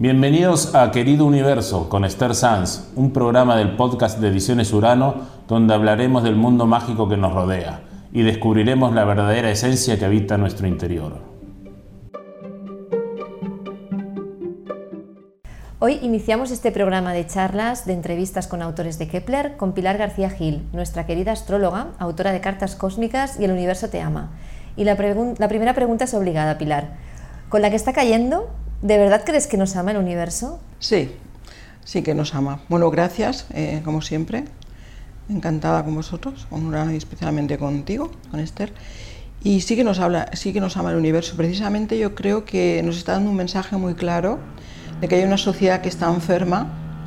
Bienvenidos a Querido Universo con Esther Sanz, un programa del podcast de Ediciones Urano donde hablaremos del mundo mágico que nos rodea y descubriremos la verdadera esencia que habita en nuestro interior. Hoy iniciamos este programa de charlas, de entrevistas con autores de Kepler, con Pilar García Gil, nuestra querida astróloga, autora de Cartas Cósmicas y El Universo te ama. Y la primera pregunta es obligada, Pilar. Con la que está cayendo, ¿de verdad crees que nos ama el universo? Sí que nos ama. Bueno, gracias, como siempre. Encantada con vosotros, con Urano y especialmente contigo, con Esther. Y sí que nos ama el universo. Precisamente yo creo que nos está dando un mensaje muy claro de que hay una sociedad que está enferma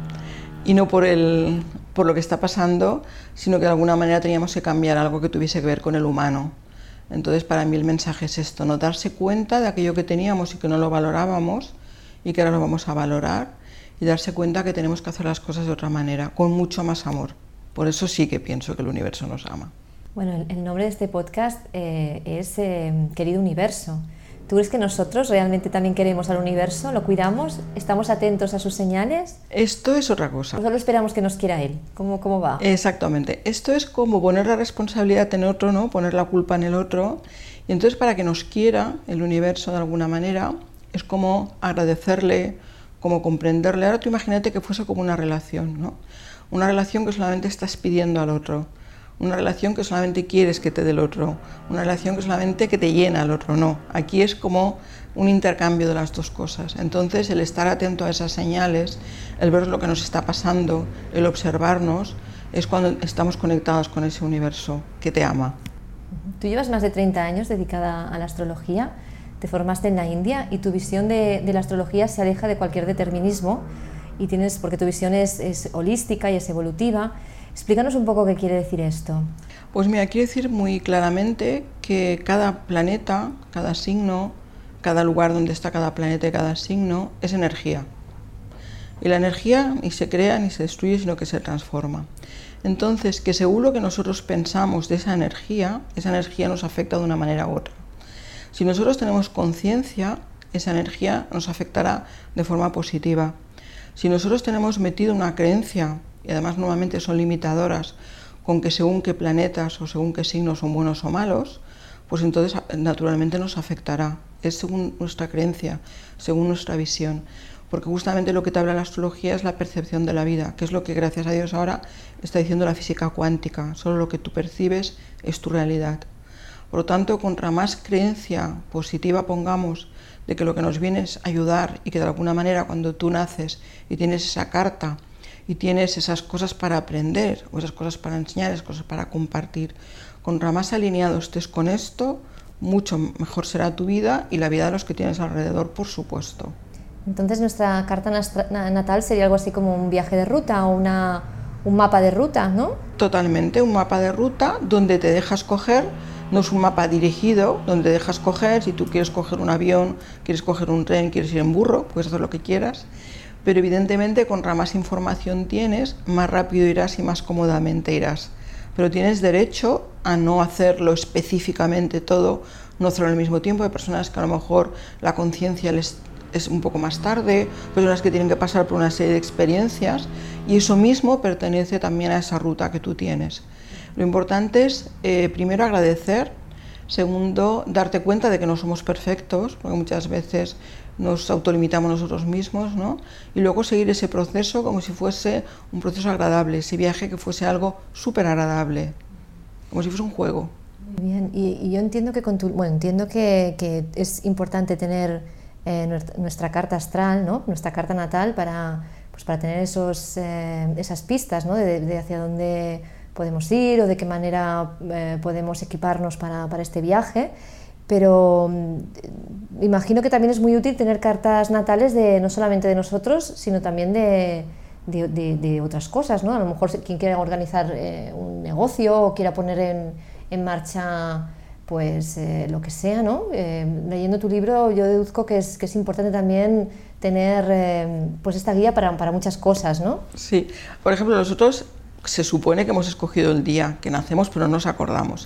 y no por lo que está pasando, sino que de alguna manera teníamos que cambiar algo que tuviese que ver con el humano. Entonces, para mí el mensaje es esto, no darse cuenta de aquello que teníamos y que no lo valorábamos y que ahora lo vamos a valorar, y darse cuenta que tenemos que hacer las cosas de otra manera, con mucho más amor. Por eso sí que pienso que el universo nos ama. Bueno, el nombre de este podcast es Querido Universo. ¿Tú crees que nosotros realmente también queremos al universo? ¿Lo cuidamos? ¿Estamos atentos a sus señales? Esto es otra cosa. ¿O solo esperamos que nos quiera él? ¿Cómo va? Exactamente. Esto es como poner la responsabilidad en otro, ¿no? Poner la culpa en el otro. Y entonces, para que nos quiera el universo de alguna manera, es como agradecerle, como comprenderle. Ahora tú imagínate que fuese como una relación, ¿no? Una relación que solamente estás pidiendo al otro. Una relación que solamente quieres que te dé el otro, una relación que solamente que te llena al otro, no. Aquí es como un intercambio de las dos cosas. Entonces, el estar atento a esas señales, el ver lo que nos está pasando, el observarnos, es cuando estamos conectados con ese universo que te ama. Tú llevas más de 30 años dedicada a la astrología, te formaste en la India y tu visión de la astrología se aleja de cualquier determinismo, porque tu visión es holística y es evolutiva. Explícanos un poco qué quiere decir esto. Pues mira, quiere decir muy claramente que cada planeta, cada signo, cada lugar donde está cada planeta y cada signo es energía. Y la energía ni se crea ni se destruye, sino que se transforma. Entonces, que según lo que nosotros pensamos de esa energía nos afecta de una manera u otra. Si nosotros tenemos conciencia, esa energía nos afectará de forma positiva. Si nosotros tenemos metido una creencia, y además normalmente son limitadoras, con que según qué planetas o según qué signos son buenos o malos, pues entonces naturalmente nos afectará. Es según nuestra creencia, según nuestra visión. Porque justamente lo que te habla la astrología es la percepción de la vida, que es lo que gracias a Dios ahora está diciendo la física cuántica. Solo lo que tú percibes es tu realidad. Por lo tanto, contra más creencia positiva pongamos de que lo que nos viene es ayudar y que de alguna manera cuando tú naces y tienes esa carta y tienes esas cosas para aprender, o esas cosas para enseñar, esas cosas para compartir, contra más alineado estés con esto, mucho mejor será tu vida y la vida de los que tienes alrededor, por supuesto. Entonces nuestra carta natal sería algo así como un viaje de ruta o un mapa de ruta, ¿no? Totalmente, un mapa de ruta donde te dejas coger, no es un mapa dirigido, donde dejas coger, si tú quieres coger un avión, quieres coger un tren, quieres ir en burro, puedes hacer lo que quieras, pero evidentemente contra más información tienes, más rápido irás y más cómodamente irás. Pero tienes derecho a no hacerlo específicamente todo, no hacerlo al mismo tiempo. Hay personas que a lo mejor la conciencia les es un poco más tarde, personas que tienen que pasar por una serie de experiencias, y eso mismo pertenece también a esa ruta que tú tienes. Lo importante es, primero, agradecer, segundo, darte cuenta de que no somos perfectos, porque muchas veces nos autolimitamos nosotros mismos, ¿no? Y luego seguir ese proceso como si fuese un proceso agradable, ese viaje que fuese algo súper agradable, como si fuese un juego. Muy bien, y yo entiendo que entiendo que es importante tener nuestra carta astral, ¿no? Nuestra carta natal para tener esas pistas, ¿no? de hacia dónde podemos ir o de qué manera podemos equiparnos para este viaje. Pero imagino que también es muy útil tener cartas natales no solamente de nosotros, sino también de otras cosas, ¿no? A lo mejor quien quiera organizar un negocio o quiera poner en marcha pues lo que sea, ¿no? Leyendo tu libro yo deduzco que es importante también tener pues esta guía para muchas cosas, ¿no? Sí, por ejemplo, nosotros se supone que hemos escogido el día que nacemos, pero no nos acordamos.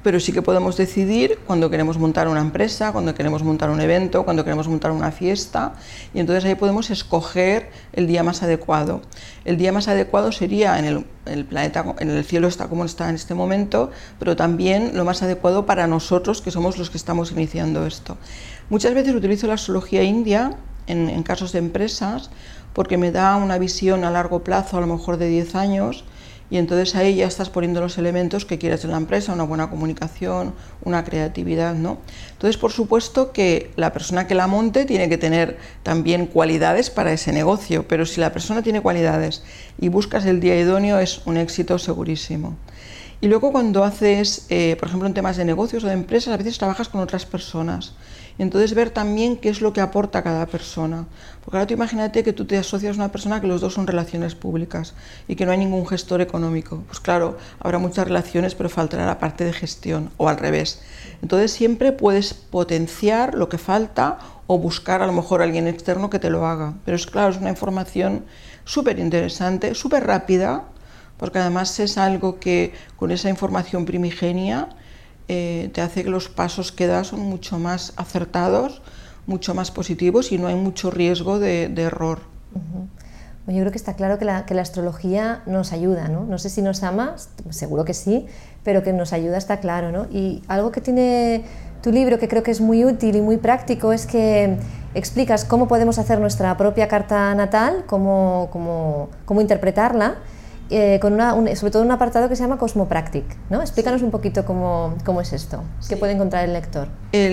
pero sí que podemos decidir cuando queremos montar una empresa, cuando queremos montar un evento, cuando queremos montar una fiesta, y entonces ahí podemos escoger el día más adecuado. El día más adecuado sería en el planeta, en el cielo está como está en este momento, pero también lo más adecuado para nosotros, que somos los que estamos iniciando esto. Muchas veces utilizo la astrología india en casos de empresas porque me da una visión a largo plazo, a lo mejor de 10 años, y entonces ahí ya estás poniendo los elementos que quieres en la empresa, una buena comunicación, una creatividad, ¿no? Entonces, por supuesto que la persona que la monte tiene que tener también cualidades para ese negocio, pero si la persona tiene cualidades y buscas el día idóneo, es un éxito segurísimo. Y luego cuando haces, por ejemplo, en temas de negocios o de empresas, a veces trabajas con otras personas. Y entonces ver también qué es lo que aporta cada persona. Porque ahora tú imagínate que tú te asocias a una persona que los dos son relaciones públicas y que no hay ningún gestor económico. Pues claro, habrá muchas relaciones, pero faltará la parte de gestión, o al revés. Entonces siempre puedes potenciar lo que falta o buscar a lo mejor a alguien externo que te lo haga. Pero es claro, es una información súper interesante, súper rápida, porque además es algo que con esa información primigenia te hace que los pasos que das son mucho más acertados, mucho más positivos y no hay mucho riesgo de error. Yo creo que está claro que la astrología nos ayuda, ¿no? No sé si nos ama, seguro que sí, pero que nos ayuda está claro, ¿no? Y algo que tiene tu libro que creo que es muy útil y muy práctico es que explicas cómo podemos hacer nuestra propia carta natal, cómo interpretarla, sobre todo un apartado que se llama Cosmopractic, ¿no? Explícanos un poquito cómo es esto, qué puede encontrar el lector.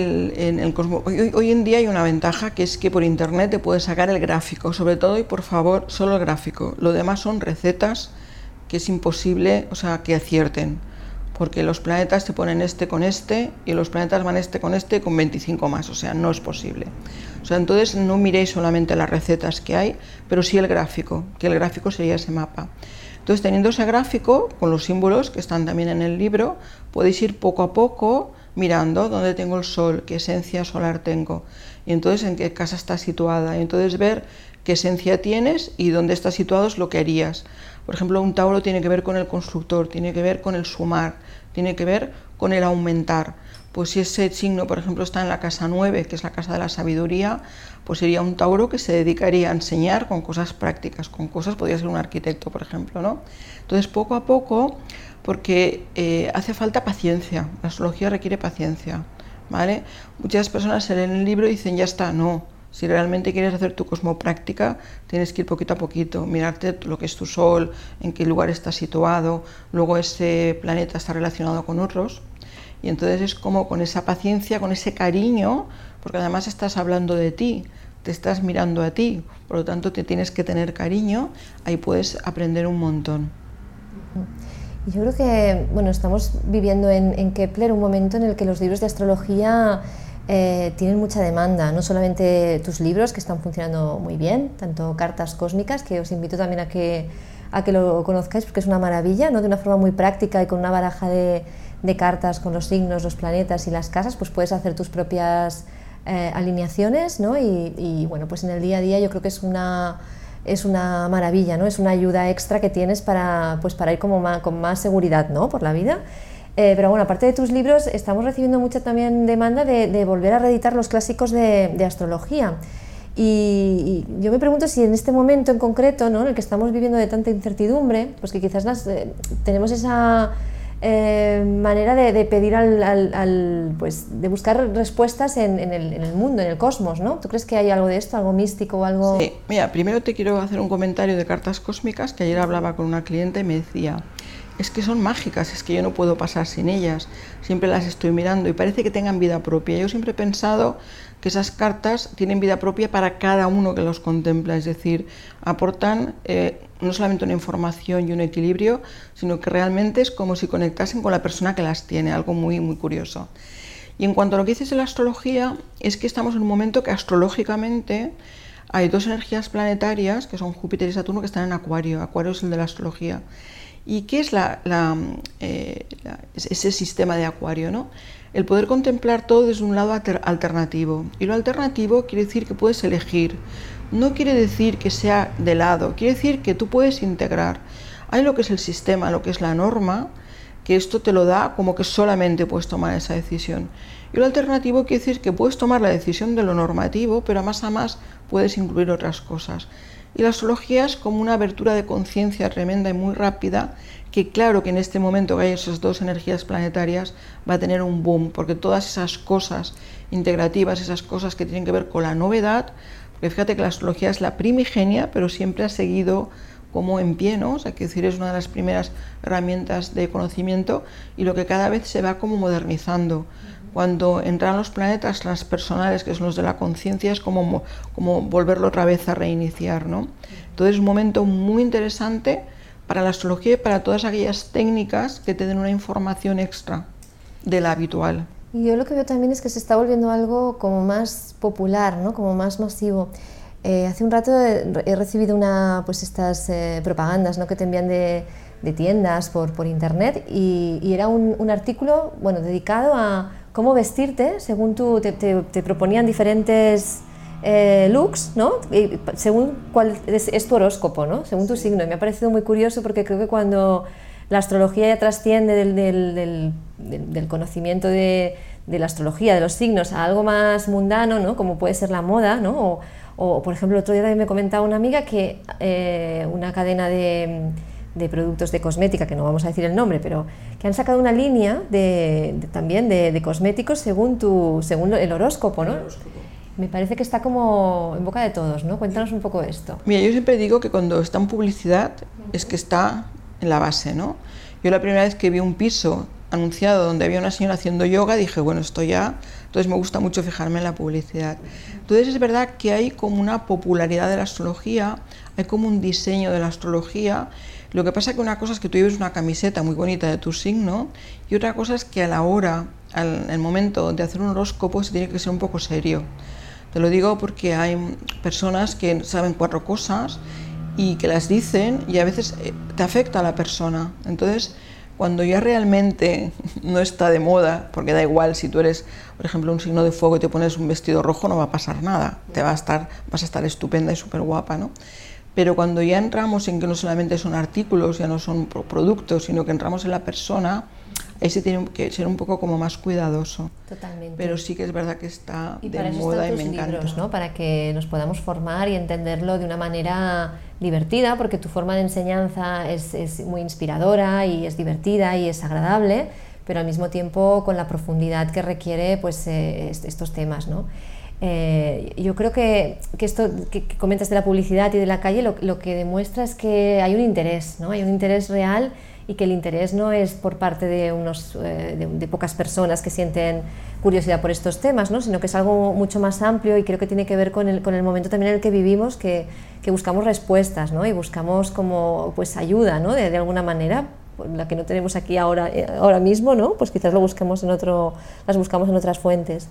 Hoy en día hay una ventaja, que es que por internet te puedes sacar el gráfico, sobre todo, y por favor, solo el gráfico. Lo demás son recetas que es imposible, o sea, que acierten, porque los planetas te ponen este con este y los planetas van este con 25 más, o sea, no es posible. O sea, entonces no miréis solamente las recetas que hay, pero sí el gráfico, que el gráfico sería ese mapa. Entonces, teniendo ese gráfico, con los símbolos que están también en el libro, podéis ir poco a poco mirando dónde tengo el sol, qué esencia solar tengo, y entonces en qué casa está situada, y entonces ver qué esencia tienes y dónde está situado es lo que harías. Por ejemplo, un Tauro tiene que ver con el constructor, tiene que ver con el sumar, tiene que ver con el aumentar. Pues si ese signo, por ejemplo, está en la casa 9, que es la casa de la sabiduría, pues sería un Tauro que se dedicaría a enseñar con cosas prácticas, con cosas, podría ser un arquitecto, por ejemplo, ¿no? Entonces, poco a poco, porque hace falta paciencia, la astrología requiere paciencia, ¿vale? Muchas personas se leen el libro y dicen, ya está, no. Si realmente quieres hacer tu cosmopráctica, tienes que ir poquito a poquito, mirarte lo que es tu sol, en qué lugar está situado, luego ese planeta está relacionado con otros. Y entonces es como con esa paciencia, con ese cariño, porque además estás hablando de ti, te estás mirando a ti, por lo tanto te tienes que tener cariño, ahí puedes aprender un montón. Yo creo que estamos viviendo en Kepler un momento en el que los libros de astrología tienen mucha demanda, no solamente tus libros, que están funcionando muy bien, tanto Cartas Cósmicas, que os invito también a que lo conozcáis, porque es una maravilla, ¿no? De una forma muy práctica y con una baraja de cartas con los signos, los planetas y las casas, pues puedes hacer tus propias alineaciones, ¿no? Y bueno, pues en el día a día yo creo que es una maravilla, ¿no? Es una ayuda extra que tienes para ir con más seguridad, ¿no? Por la vida. Pero bueno, aparte de tus libros, estamos recibiendo mucha también demanda de volver a reeditar los clásicos de astrología. Y yo me pregunto si en este momento en concreto, ¿no? En el que estamos viviendo de tanta incertidumbre, pues que quizás tenemos esa manera de pedir pues de buscar respuestas en el mundo, en el cosmos, ¿no? ¿Tú crees que hay algo de esto, algo místico o algo...? Sí, mira, primero te quiero hacer un comentario de Cartas Cósmicas, que ayer hablaba con una cliente y me decía, es que son mágicas, es que yo no puedo pasar sin ellas, siempre las estoy mirando y parece que tengan vida propia. Yo siempre he pensado que esas cartas tienen vida propia para cada uno que los contempla, es decir, aportan no solamente una información y un equilibrio, sino que realmente es como si conectasen con la persona que las tiene, algo muy, muy curioso. Y en cuanto a lo que dices de la astrología, es que estamos en un momento que astrológicamente hay dos energías planetarias, que son Júpiter y Saturno, que están en Acuario. Acuario es el de la astrología. ¿Y qué es ese sistema de Acuario, ¿no? El poder contemplar todo desde un lado alternativo. Y lo alternativo quiere decir que puedes elegir. No quiere decir que sea de lado, quiere decir que tú puedes integrar. Hay lo que es el sistema, lo que es la norma, que esto te lo da como que solamente puedes tomar esa decisión. Y lo alternativo quiere decir que puedes tomar la decisión de lo normativo, pero a más puedes incluir otras cosas. Y la astrología es como una abertura de conciencia tremenda y muy rápida, que claro que en este momento que hay esas dos energías planetarias va a tener un boom, porque todas esas cosas integrativas, esas cosas que tienen que ver con la novedad, porque fíjate que la astrología es la primigenia, pero siempre ha seguido como en pie, ¿no? O sea, que decir, es una de las primeras herramientas de conocimiento y lo que cada vez se va como modernizando. Cuando entran los planetas transpersonales, que son los de la conciencia, es como volverlo otra vez a reiniciar, ¿no? Entonces es un momento muy interesante para la astrología y para todas aquellas técnicas que te den una información extra de la habitual. Y yo lo que veo también es que se está volviendo algo como más popular, ¿no? Como más masivo. Hace un rato he recibido estas propagandas, ¿no? Que te envían de tiendas por internet y era un artículo, bueno, dedicado a cómo vestirte según te proponían diferentes looks, ¿no? Y según cuál es tu horóscopo, ¿no? Según tu signo. Y me ha parecido muy curioso porque creo que cuando la astrología ya trasciende del conocimiento de la astrología, de los signos, a algo más mundano, ¿no? Como puede ser la moda, ¿no? O por ejemplo, el otro día también me comentaba una amiga que una cadena de productos de cosmética, que no vamos a decir el nombre, pero que han sacado una línea también de cosméticos según el horóscopo, ¿no? Me parece que está como en boca de todos, ¿no? Cuéntanos un poco esto. Mira, yo siempre digo que cuando está en publicidad es que está en la base, ¿no? Yo la primera vez que vi un piso anunciado donde había una señora haciendo yoga, dije, bueno, esto ya... Entonces me gusta mucho fijarme en la publicidad. Entonces es verdad que hay como una popularidad de la astrología, hay como un diseño de la astrología. Lo que pasa es que una cosa es que tú lleves una camiseta muy bonita de tu signo y otra cosa es que a la hora, en el momento de hacer un horóscopo, se tiene que ser un poco serio. Te lo digo porque hay personas que saben 4 cosas y que las dicen y a veces te afecta a la persona. Entonces, cuando ya realmente no está de moda, porque da igual si tú eres, por ejemplo, un signo de fuego y te pones un vestido rojo, no va a pasar nada, vas a estar estupenda y súper guapa, ¿no? Pero cuando ya entramos en que no solamente son artículos, ya no son productos, sino que entramos en la persona, ahí se tiene que ser un poco como más cuidadoso. Totalmente. Pero sí que es verdad que está y de moda y me encanta. Libros, ¿no? Para que nos podamos formar y entenderlo de una manera divertida, porque tu forma de enseñanza es muy inspiradora y es divertida y es agradable, pero al mismo tiempo con la profundidad que requiere pues, estos temas, ¿no? Yo creo que esto que comentas de la publicidad y de la calle lo que demuestra es que hay un interés, ¿no? Hay un interés real y que el interés no es por parte de pocas personas que sienten curiosidad por estos temas, ¿no? Sino que es algo mucho más amplio y creo que tiene que ver con el momento también en el que vivimos, que buscamos respuestas, ¿no? Y buscamos como pues ayuda, ¿no? De alguna manera, la que no tenemos aquí ahora mismo, ¿no? Pues quizás las buscamos en otras fuentes.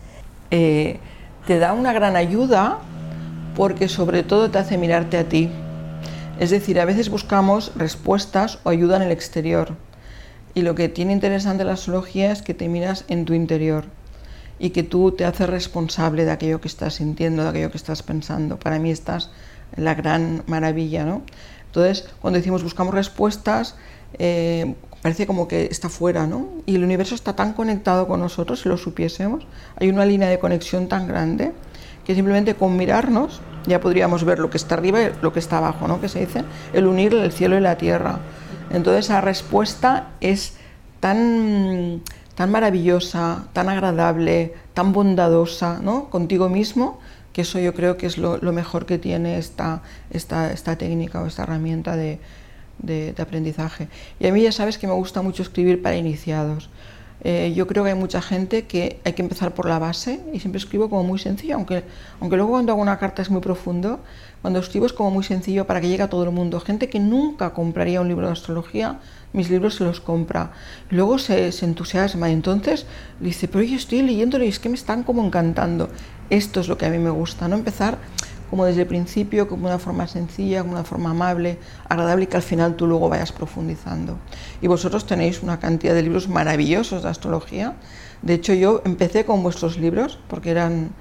Te da una gran ayuda porque sobre todo te hace mirarte a ti. Es decir, a veces buscamos respuestas o ayuda en el exterior y lo que tiene interesante la astrología es que te miras en tu interior y que tú te haces responsable de aquello que estás sintiendo, de aquello que estás pensando. Para mí esta es la gran maravilla, ¿no? Entonces, cuando decimos buscamos respuestas, parece como que está fuera, ¿no? Y el universo está tan conectado con nosotros, si lo supiésemos. Hay una línea de conexión tan grande que simplemente con mirarnos ya podríamos ver lo que está arriba y lo que está abajo, ¿no? Que se dice el unir el cielo y la tierra. Entonces la respuesta es tan maravillosa, tan agradable, tan bondadosa, ¿no? Contigo mismo, que eso yo creo que es lo mejor que tiene esta técnica o esta herramienta de aprendizaje. Y a mí ya sabes que me gusta mucho escribir para iniciados. Yo creo que hay mucha gente que hay que empezar por la base y siempre escribo como muy sencillo, aunque luego cuando hago una carta es muy profundo, cuando escribo es como muy sencillo para que llegue a todo el mundo. Gente que nunca compraría un libro de astrología, mis libros se los compra. Luego se entusiasma y entonces dice, pero yo estoy leyéndolo y es que me están como encantando. Esto es lo que a mí me gusta, ¿no? Empezar como desde el principio, como una forma sencilla, como una forma amable, agradable y que al final tú luego vayas profundizando. Y vosotros tenéis una cantidad de libros maravillosos de astrología. De hecho, yo empecé con vuestros libros porque eran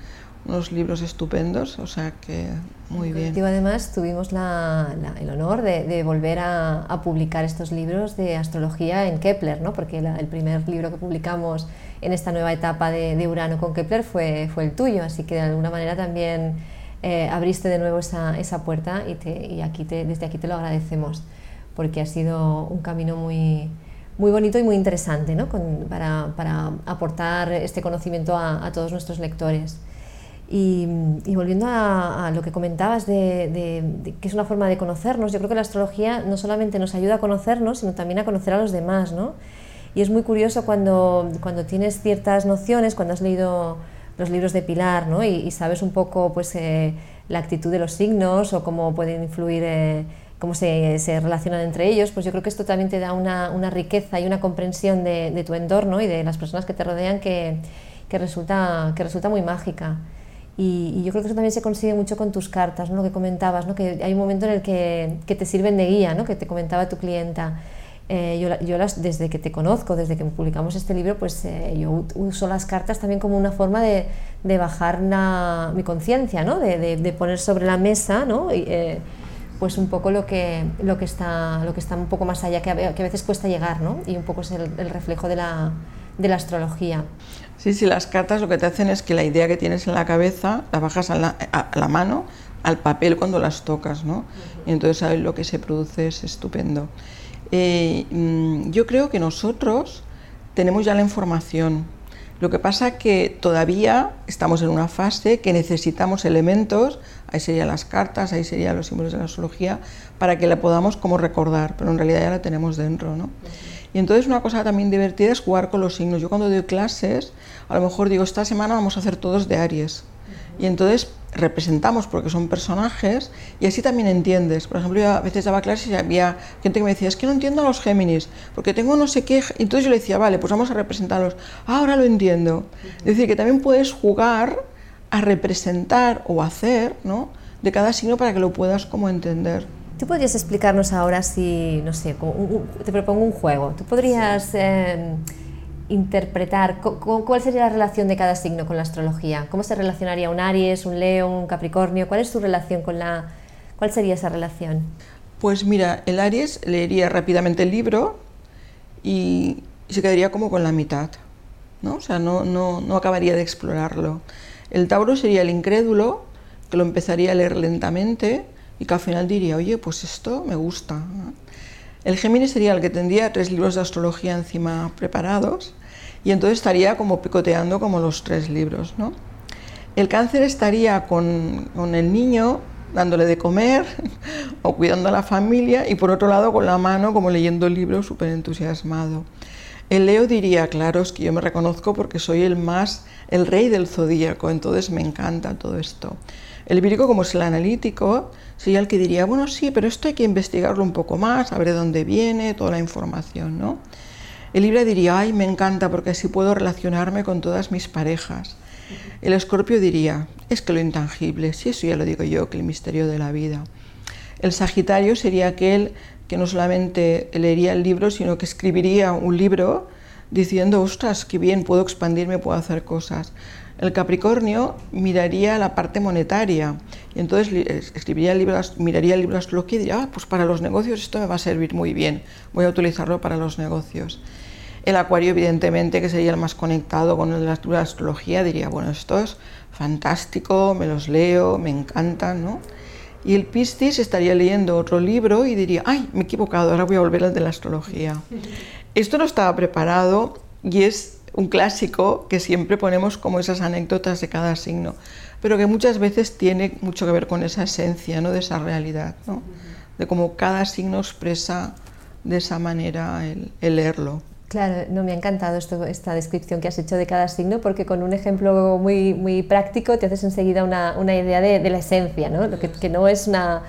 unos libros estupendos, o sea que muy bien. Además tuvimos el honor de volver a publicar estos libros de astrología en Kepler, ¿no? Porque el primer libro que publicamos en esta nueva etapa de Urano con Kepler fue el tuyo, así que de alguna manera también abriste de nuevo esa puerta y desde aquí te lo agradecemos, porque ha sido un camino muy bonito y muy interesante, ¿no? para aportar este conocimiento a todos nuestros lectores. Y volviendo a lo que comentabas de que es una forma de conocernos, yo creo que la astrología no solamente nos ayuda a conocernos, sino también a conocer a los demás, ¿no? Y es muy curioso cuando tienes ciertas nociones, cuando has leído los libros de Pilar, ¿no? y sabes un poco pues, la actitud de los signos o cómo pueden influir, cómo se relacionan entre ellos, pues yo creo que esto también te da una riqueza y una comprensión de tu entorno y de las personas que te rodean que resulta muy mágica. Y yo creo que eso también se consigue mucho con tus cartas, ¿no? Lo que comentabas, ¿no? Que hay un momento en el que te sirven de guía, ¿no? Que te comentaba tu clienta. Yo desde que te conozco, desde que publicamos este libro, pues yo uso las cartas también como una forma de bajar mi conciencia, ¿no? De poner sobre la mesa, ¿no? Pues un poco lo que está un poco más allá, que a veces cuesta llegar, ¿no? Y un poco es el reflejo de la astrología. Sí, las cartas lo que te hacen es que la idea que tienes en la cabeza la bajas a la mano, al papel cuando las tocas, ¿no? Y entonces ¿sabes? Lo que se produce es estupendo. Yo creo que nosotros tenemos ya la información. Lo que pasa es que todavía estamos en una fase que necesitamos elementos, ahí serían las cartas, ahí serían los símbolos de la astrología, para que la podamos como recordar, pero en realidad ya la tenemos dentro, ¿no? Y entonces una cosa también divertida es jugar con los signos. Yo cuando doy clases, a lo mejor digo, esta semana vamos a hacer todos de Aries. Y entonces representamos porque son personajes y así también entiendes. Por ejemplo, yo a veces daba clases y había gente que me decía, es que no entiendo a los Géminis, porque tengo no sé qué. Entonces yo le decía, vale, pues vamos a representarlos. Ahora lo entiendo. Es decir, que también puedes jugar a representar o hacer, ¿no? De cada signo para que lo puedas como entender. ¿Tú podrías explicarnos ahora si, no sé, te propongo un juego? ¿Tú podrías interpretar cuál sería la relación de cada signo con la astrología? ¿Cómo se relacionaría un Aries, un Leo, un Capricornio? ¿Cuál es tu relación cuál sería esa relación? Pues mira, el Aries leería rápidamente el libro y se quedaría como con la mitad, ¿no? O sea, no acabaría de explorarlo. El Tauro sería el incrédulo, que lo empezaría a leer lentamente y que al final diría, oye, pues esto me gusta, ¿no? El Géminis sería el que tendría 3 libros de astrología encima preparados y entonces estaría como picoteando como los 3 libros, ¿no? El Cáncer estaría con el niño dándole de comer o cuidando a la familia y por otro lado con la mano como leyendo el libro súper entusiasmado. El Leo diría, claro, es que yo me reconozco porque soy el rey del zodíaco, entonces me encanta todo esto. El Virgo, como es el analítico, sería el que diría, bueno, sí, pero esto hay que investigarlo un poco más, a ver de dónde viene, toda la información, ¿no? El Libra diría, ay, me encanta porque así puedo relacionarme con todas mis parejas. El Escorpio diría, es que lo intangible, sí, eso ya lo digo yo, que el misterio de la vida. El Sagitario sería aquel que no solamente leería el libro, sino que escribiría un libro diciendo, ostras, qué bien, puedo expandirme, puedo hacer cosas. El Capricornio miraría la parte monetaria y entonces miraría el libro de astrología y diría, pues para los negocios esto me va a servir muy bien, voy a utilizarlo para los negocios. El Acuario, evidentemente, que sería el más conectado con el de la astrología, diría, bueno, esto es fantástico, me los leo, me encantan, ¿no? Y el Piscis estaría leyendo otro libro y diría, ay, me he equivocado, ahora voy a volver al de la astrología. Esto no estaba preparado y es un clásico que siempre ponemos como esas anécdotas de cada signo, pero que muchas veces tiene mucho que ver con esa esencia, ¿no? De esa realidad, ¿no? De cómo cada signo expresa de esa manera el leerlo. Claro, no, me ha encantado esta descripción que has hecho de cada signo, porque con un ejemplo muy práctico te haces enseguida una idea de la esencia, ¿no? Lo que no es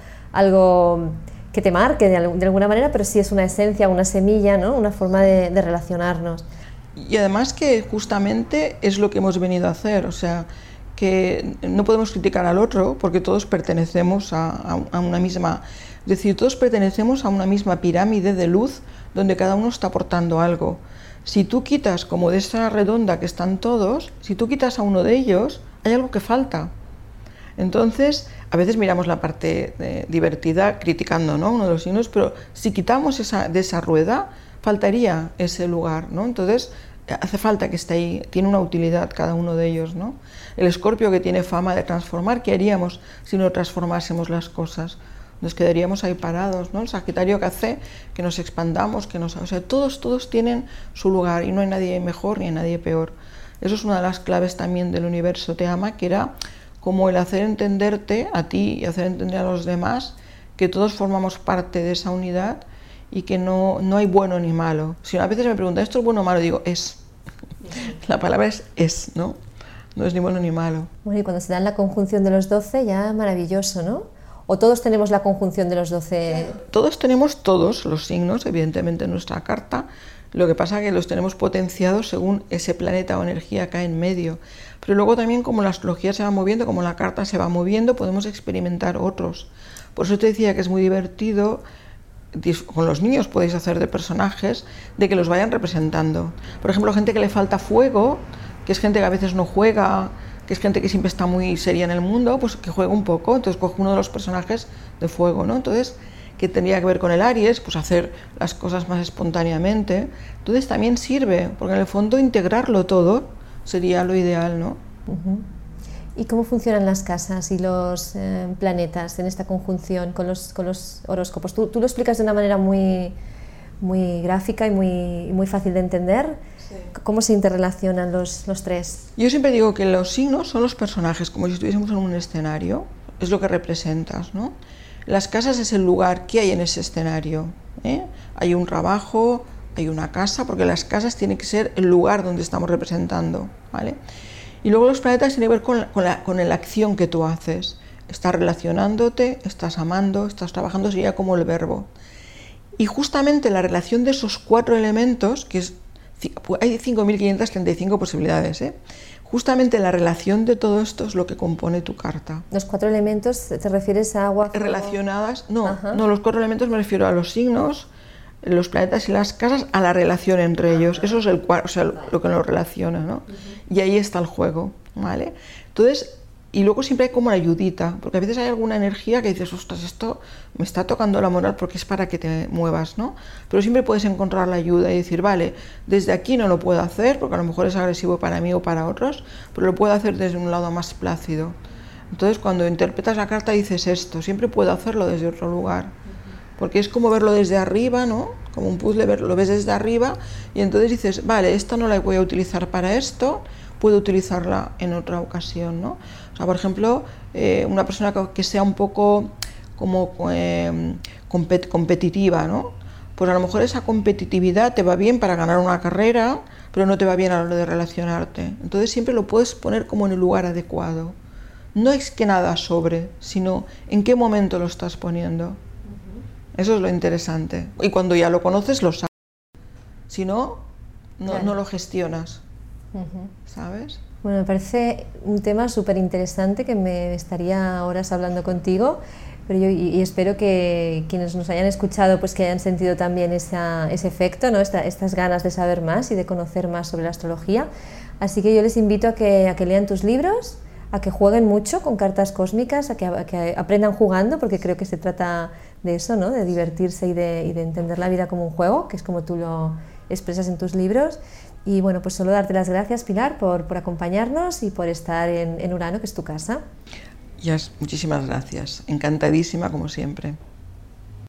algo que te marque de alguna manera, pero sí es una esencia, una semilla, ¿no? Una forma de relacionarnos. Y además que justamente es lo que hemos venido a hacer, o sea, que no podemos criticar al otro porque todos pertenecemos a una misma, es decir, todos pertenecemos a una misma pirámide de luz donde cada uno está aportando algo. Si tú quitas, como de esa redonda que están todos, si tú quitas a uno de ellos, hay algo que falta. Entonces, a veces miramos la parte divertida criticando, ¿no?, uno de los signos, pero si quitamos de esa rueda, faltaría ese lugar, ¿no? Entonces, hace falta que esté ahí, tiene una utilidad cada uno de ellos, ¿no? El Escorpio, que tiene fama de transformar, ¿qué haríamos si no transformásemos las cosas? Nos quedaríamos ahí parados, ¿no? El Sagitario, que hace que nos expandamos, o sea, todos tienen su lugar y no hay nadie mejor ni hay nadie peor. Eso es una de las claves también del universo te ama, que era como el hacer entenderte a ti y hacer entender a los demás que todos formamos parte de esa unidad y que no hay bueno ni malo. Si a veces me preguntan, ¿esto es bueno o malo? Digo, es. La palabra es, ¿no? No es ni bueno ni malo. Bueno, y cuando se dan la conjunción de los 12, ya maravilloso, ¿no? ¿O todos tenemos la conjunción de los 12? Todos tenemos todos los signos, evidentemente, en nuestra carta. Lo que pasa es que los tenemos potenciados según ese planeta o energía cae en medio. Pero luego también, como la astrología se va moviendo, como la carta se va moviendo, podemos experimentar otros. Por eso te decía que es muy divertido, con los niños podéis hacer de personajes, de que los vayan representando. Por ejemplo, gente que le falta fuego, que es gente que a veces no juega, que es gente que siempre está muy seria en el mundo, pues que juega un poco. Entonces coge uno de los personajes de fuego, ¿no? Entonces, que tendría que ver con el Aries, pues hacer las cosas más espontáneamente. Entonces también sirve, porque en el fondo integrarlo todo sería lo ideal, ¿no? ¿Y cómo funcionan las casas y los planetas en esta conjunción con los horóscopos? Tú lo explicas de una manera muy gráfica y muy fácil de entender. Sí. ¿Cómo se interrelacionan los tres? Yo siempre digo que los signos son los personajes, como si estuviésemos en un escenario, es lo que representas, ¿no? Las casas es el lugar que hay en ese escenario, ¿eh? Hay un trabajo, hay una casa, porque las casas tienen que ser el lugar donde estamos representando, ¿vale? Y luego los planetas tienen que ver con la acción que tú haces. Estás relacionándote, estás amando, estás trabajando, sería como el verbo. Y justamente la relación de esos 4 elementos, que hay 5.535 posibilidades, ¿eh? Justamente la relación de todo esto es lo que compone tu carta. ¿Los 4 elementos te refieres a agua? Relacionadas, no, los 4 elementos me refiero a los signos, los planetas y las casas, a la relación entre ellos. Eso es lo que nos relaciona, ¿no? Y ahí está el juego, ¿vale? Entonces, y luego siempre hay como la ayudita, porque a veces hay alguna energía que dices, ostras, esto me está tocando la moral porque es para que te muevas, ¿no? Pero siempre puedes encontrar la ayuda y decir, vale, desde aquí no lo puedo hacer, porque a lo mejor es agresivo para mí o para otros, pero lo puedo hacer desde un lado más plácido. Entonces, cuando interpretas la carta dices esto, siempre puedo hacerlo desde otro lugar, porque es como verlo desde arriba, ¿no? Como un puzzle, lo ves desde arriba y entonces dices, vale, esta no la voy a utilizar para esto, puedo utilizarla en otra ocasión, ¿no? O sea, por ejemplo, una persona que sea un poco como competitiva, ¿no? Pues a lo mejor esa competitividad te va bien para ganar una carrera, pero no te va bien a la hora de relacionarte. Entonces siempre lo puedes poner como en el lugar adecuado. No es que nada sobre, sino en qué momento lo estás poniendo. Eso es lo interesante. Y cuando ya lo conoces, lo sabes. Si no, no lo gestionas. ¿Sabes? Bueno, me parece un tema súper interesante que me estaría horas hablando contigo, pero y espero que quienes nos hayan escuchado pues que hayan sentido también ese efecto, ¿no? Estas ganas de saber más y de conocer más sobre la astrología. Así que yo les invito a que lean tus libros, a que jueguen mucho con cartas cósmicas, a que aprendan jugando, porque creo que se trata de eso, ¿no? De divertirse y de entender la vida como un juego, que es como tú lo expresas en tus libros. Y bueno, pues solo darte las gracias, Pilar, por acompañarnos y por estar en Urano, que es tu casa. Muchísimas gracias. Encantadísima, como siempre.